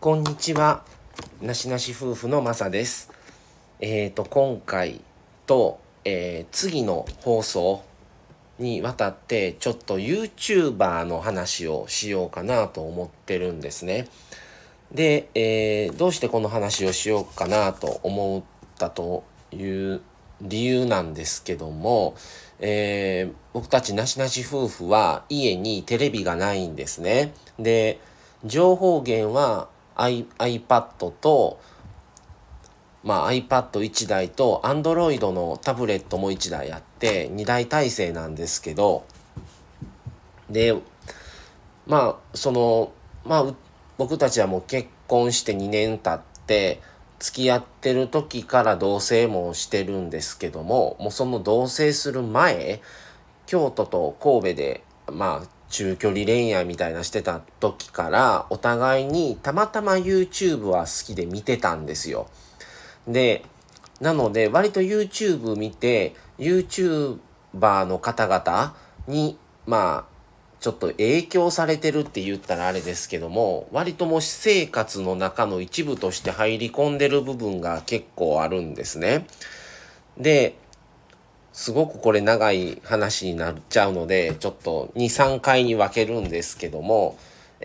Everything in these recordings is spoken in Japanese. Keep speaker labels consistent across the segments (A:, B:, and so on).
A: こんにちは。なしなし夫婦のまさです。今回と、次の放送にわたってちょっと YouTuber の話をしようかなと思ってるんですね。で、どうしてこの話をしようかなと思ったという理由なんですけども、僕たちなしなし夫婦は家にテレビがないんですね。で、情報源はiPad と、iPad1 台と Android のタブレットも1台あって2台体制なんですけど、で、まあ、その、まあ、僕たちはもう結婚して2年経って、付き合ってる時から同棲もしてるんですけども、もうその同棲する前、京都と神戸で、中距離恋愛みたいなしてた時から、お互いにたまたま YouTube は好きで見てたんですよ。で、なので、割と YouTube 見て、YouTuber の方々に、ちょっと影響されてるって言ったらあれですけども、割ともう私生活の中の一部として入り込んでる部分が結構あるんですね。で、すごくこれ長い話になっちゃうので、ちょっと2、3回に分けるんですけども、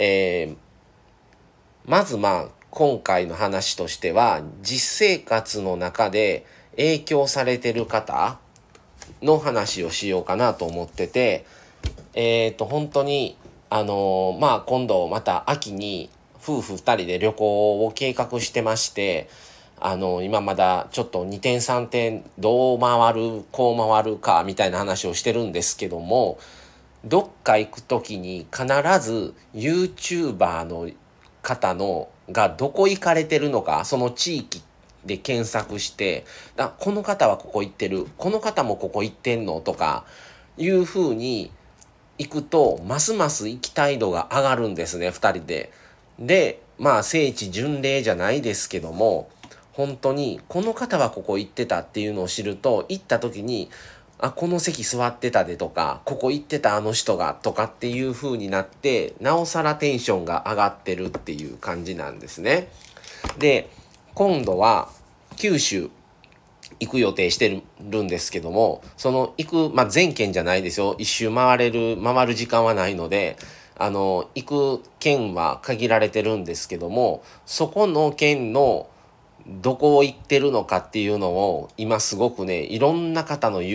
A: まず今回の話としては、実生活の中で影響されてる方の話をしようかなと思ってて、本当に、今度また秋に夫婦2人で旅行を計画してまして、今まだちょっと2点3点どう回る、こう回るかみたいな話をしてるんですけども、どっか行くときに必ず YouTuber の方のがどこ行かれてるのか、その地域で検索して、この方はここ行ってる、この方もここ行ってんのとかいう風に行くと、ますます行きたい度が上がるんですね、二人で。で、聖地巡礼じゃないですけども、本当にこの方はここ行ってたっていうのを知ると、行った時にこの席座ってたでとか、ここ行ってたあの人がとかっていう風になって、なおさらテンションが上がってるっていう感じなんですね。で、今度は九州行く予定してるんですけども、その行く、全県じゃないですよ。一周回る時間はないので、行く県は限られてるんですけども、そこの県のどこを行ってるのかっていうのを今すごくね、いろんな方の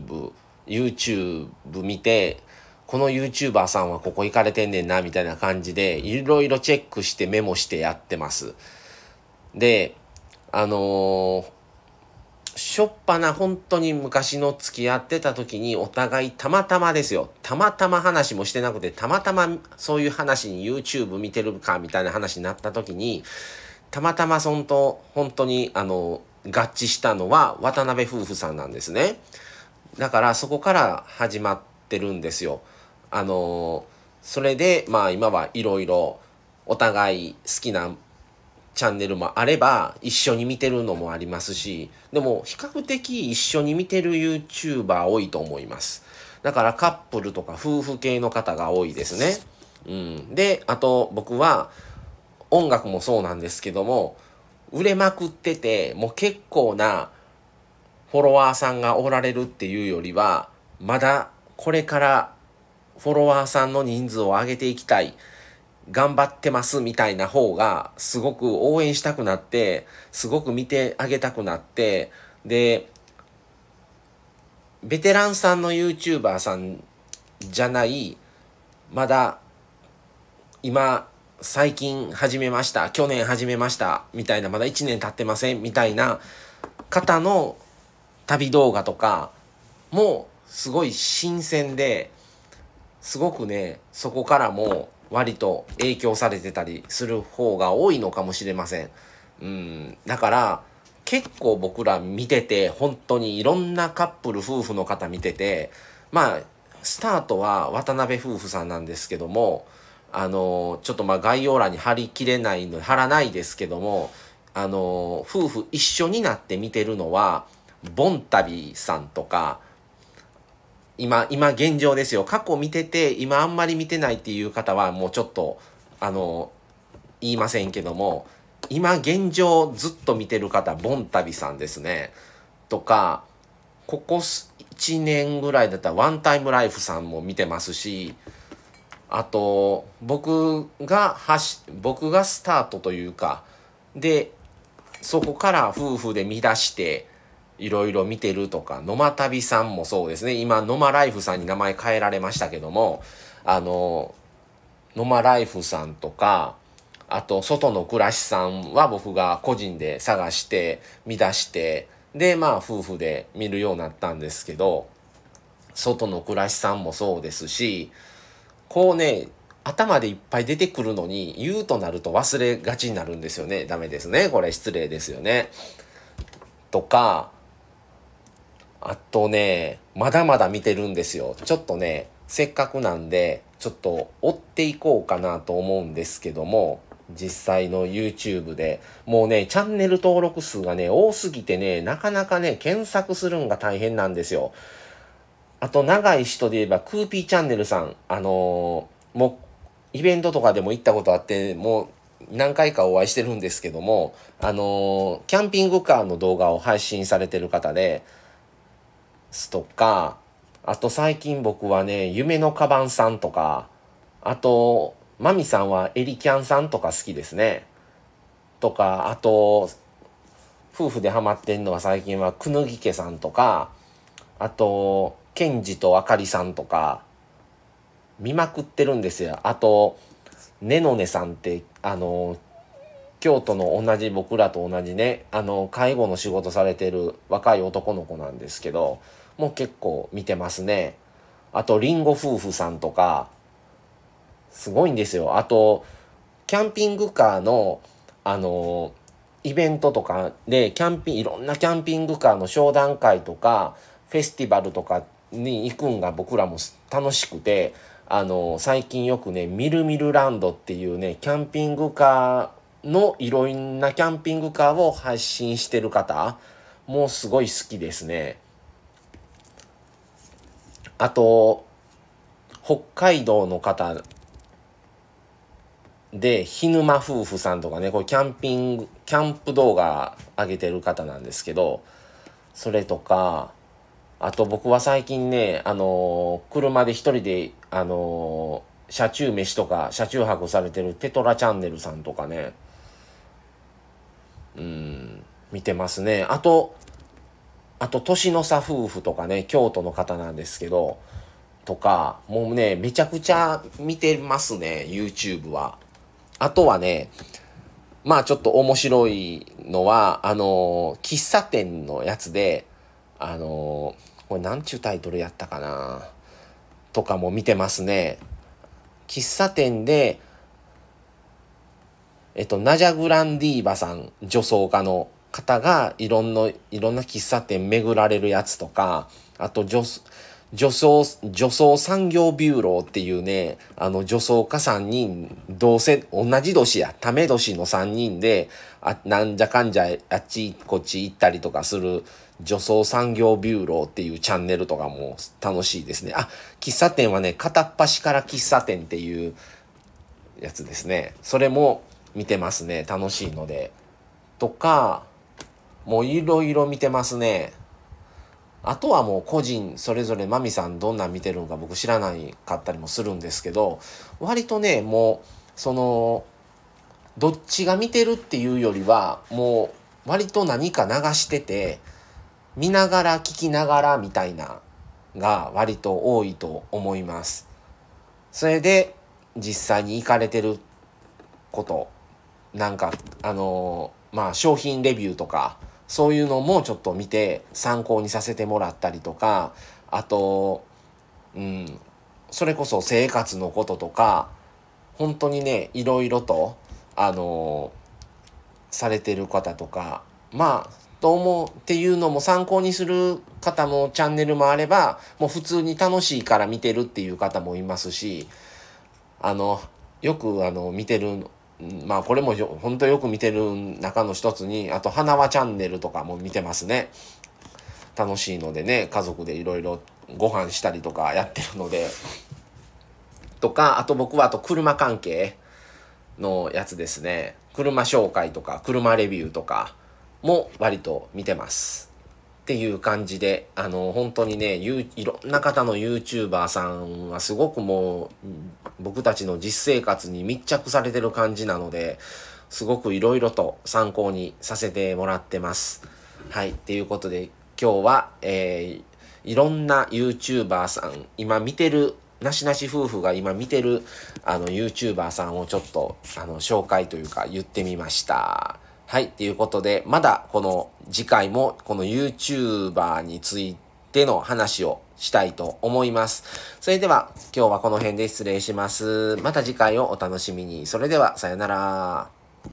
A: YouTube 見て、この YouTuber さんはここ行かれてんねんなみたいな感じでいろいろチェックしてメモしてやってます。で、あのーしょっぱな本当に昔の付き合ってた時にお互いたまたまですよ。たまたま話もしてなくて、たまたまそういう話に YouTube 見てるかみたいな話になった時に、たまたま本当に合致したのは渡辺夫婦さんなんですね。だからそこから始まってるんですよ。それで今はいろいろお互い好きなチャンネルもあれば一緒に見てるのもありますし、でも比較的一緒に見てる YouTuber 多いと思います。だからカップルとか夫婦系の方が多いですね。で、あと僕は音楽もそうなんですけども、売れまくってて、もう結構なフォロワーさんがおられるっていうよりは、まだこれからフォロワーさんの人数を上げていきたい、頑張ってますみたいな方がすごく応援したくなって、すごく見てあげたくなって、で、ベテランさんの YouTuber さんじゃない、まだ今最近始めました、去年始めましたみたいな、まだ1年経ってませんみたいな方の旅動画とかもすごい新鮮で、すごくね、そこからも割と影響されてたりする方が多いのかもしれません。だから結構僕ら見てて、本当にいろんなカップル夫婦の方見てて、スタートは渡辺夫婦さんなんですけども、ちょっと概要欄に貼りきれないので貼らないですけども、夫婦一緒になって見てるのはボンタビさんとか、今現状ですよ。過去見てて、今あんまり見てないっていう方は、もうちょっと、あの、 言いませんけども、今現状ずっと見てる方、ボンタビさんですね。とか、ここ1年ぐらいだったらワンタイムライフさんも見てますし、あと、僕がスタートというか、で、そこから夫婦で見出して、いろいろ見てるとか、野間旅さんもそうですね。今、野間ライフさんに名前変えられましたけども、野間ライフさんとか、あと、外の暮らしさんは僕が個人で探して、見出して、で、まあ、夫婦で見るようになったんですけど、外の暮らしさんもそうですし、こうね、頭でいっぱい出てくるのに、言うとなると忘れがちになるんですよね。ダメですね。これ失礼ですよね。とか、あとね、まだまだ見てるんですよ。ちょっとね、せっかくなんで、ちょっと追っていこうかなと思うんですけども、実際の YouTube で。もうね、チャンネル登録数がね、多すぎてね、なかなかね、検索するんが大変なんですよ。あと、長い人で言えば、クーピーチャンネルさん。もう、イベントとかでも行ったことあって、もう、何回かお会いしてるんですけども、キャンピングカーの動画を配信されてる方ですとか、あと最近僕はね、夢のカバンさんとか、あと、マミさんはエリキャンさんとか好きですね。とか、あと、夫婦でハマってんのは最近はくぬぎ家さんとか、あと、ケンジとあかりさんとか、見まくってるんですよ。あと、ねのねさんって、京都の僕らと同じね、介護の仕事されてる若い男の子なんですけど、もう結構見てますね。あと、リンゴ夫婦さんとか、すごいんですよ。あと、キャンピングカーの、イベントとかで、いろんなキャンピングカーの商談会とか、フェスティバルとかに行くんが僕らも楽しくて、最近よくね、ミルミルランドっていうね、キャンピングカーのいろんなキャンピングカーを配信してる方、もうすごい好きですね。あと、北海道の方で、ひぬま夫婦さんとかね、これキャンプ動画上げてる方なんですけど、それとか、あと僕は最近ね、車で一人で、車中飯とか、車中泊されてるテトラチャンネルさんとかね、見てますね。あと、年の差夫婦とかね、京都の方なんですけど、とか、もうね、めちゃくちゃ見てますね、YouTube は。あとはね、まあちょっと面白いのは、喫茶店のやつで、これなんちゅうタイトルやったかなとかも見てますね。喫茶店で、ナジャグランディーバさん、女装家の方がいろんな喫茶店巡られるやつとか、あと女装産業ビューローっていうね、女装家3人、同じ年や、ため年の3人で、なんじゃかんじゃあっちこっち行ったりとかする、女装産業ビューローっていうチャンネルとかも楽しいですね。あ、喫茶店はね、片っ端から喫茶店っていうやつですね。それも見てますね。楽しいので。とか、もういろいろ見てますね。あとはもう個人それぞれマミさんどんなん見てるのか僕知らないかったりもするんですけど、割とね、もう、どっちが見てるっていうよりは、もう割と何か流してて、見ながら聞きながらみたいなが割と多いと思います。それで実際に行かれてること、なんかまあ商品レビューとかそういうのもちょっと見て参考にさせてもらったりとか、あとそれこそ生活のこととか本当にねいろいろとされてる方とか、まあと思うっていうのも参考にする方もチャンネルもあれば、もう普通に楽しいから見てるっていう方もいますし、あのよく見てる、まあこれも本当よく見てる中の一つに、あと花輪チャンネルとかも見てますね。楽しいのでね、家族でいろいろご飯したりとかやってるので、とか、あと僕はあと車関係のやつですね。車紹介とか車レビューとかも割と見てます。っていう感じで、本当にね、いろんな方の YouTuber さんはすごくもう、僕たちの実生活に密着されてる感じなので、すごくいろいろと参考にさせてもらってます。はい。っていうことで、今日は、いろんな YouTuber さん、今見てる、なしなし夫婦が今見てる、YouTuber さんをちょっと、紹介というか言ってみました。はい。ということで、まだこの次回もこの YouTuber についての話をしたいと思います。それでは今日はこの辺で失礼します。また次回をお楽しみに。それではさよなら。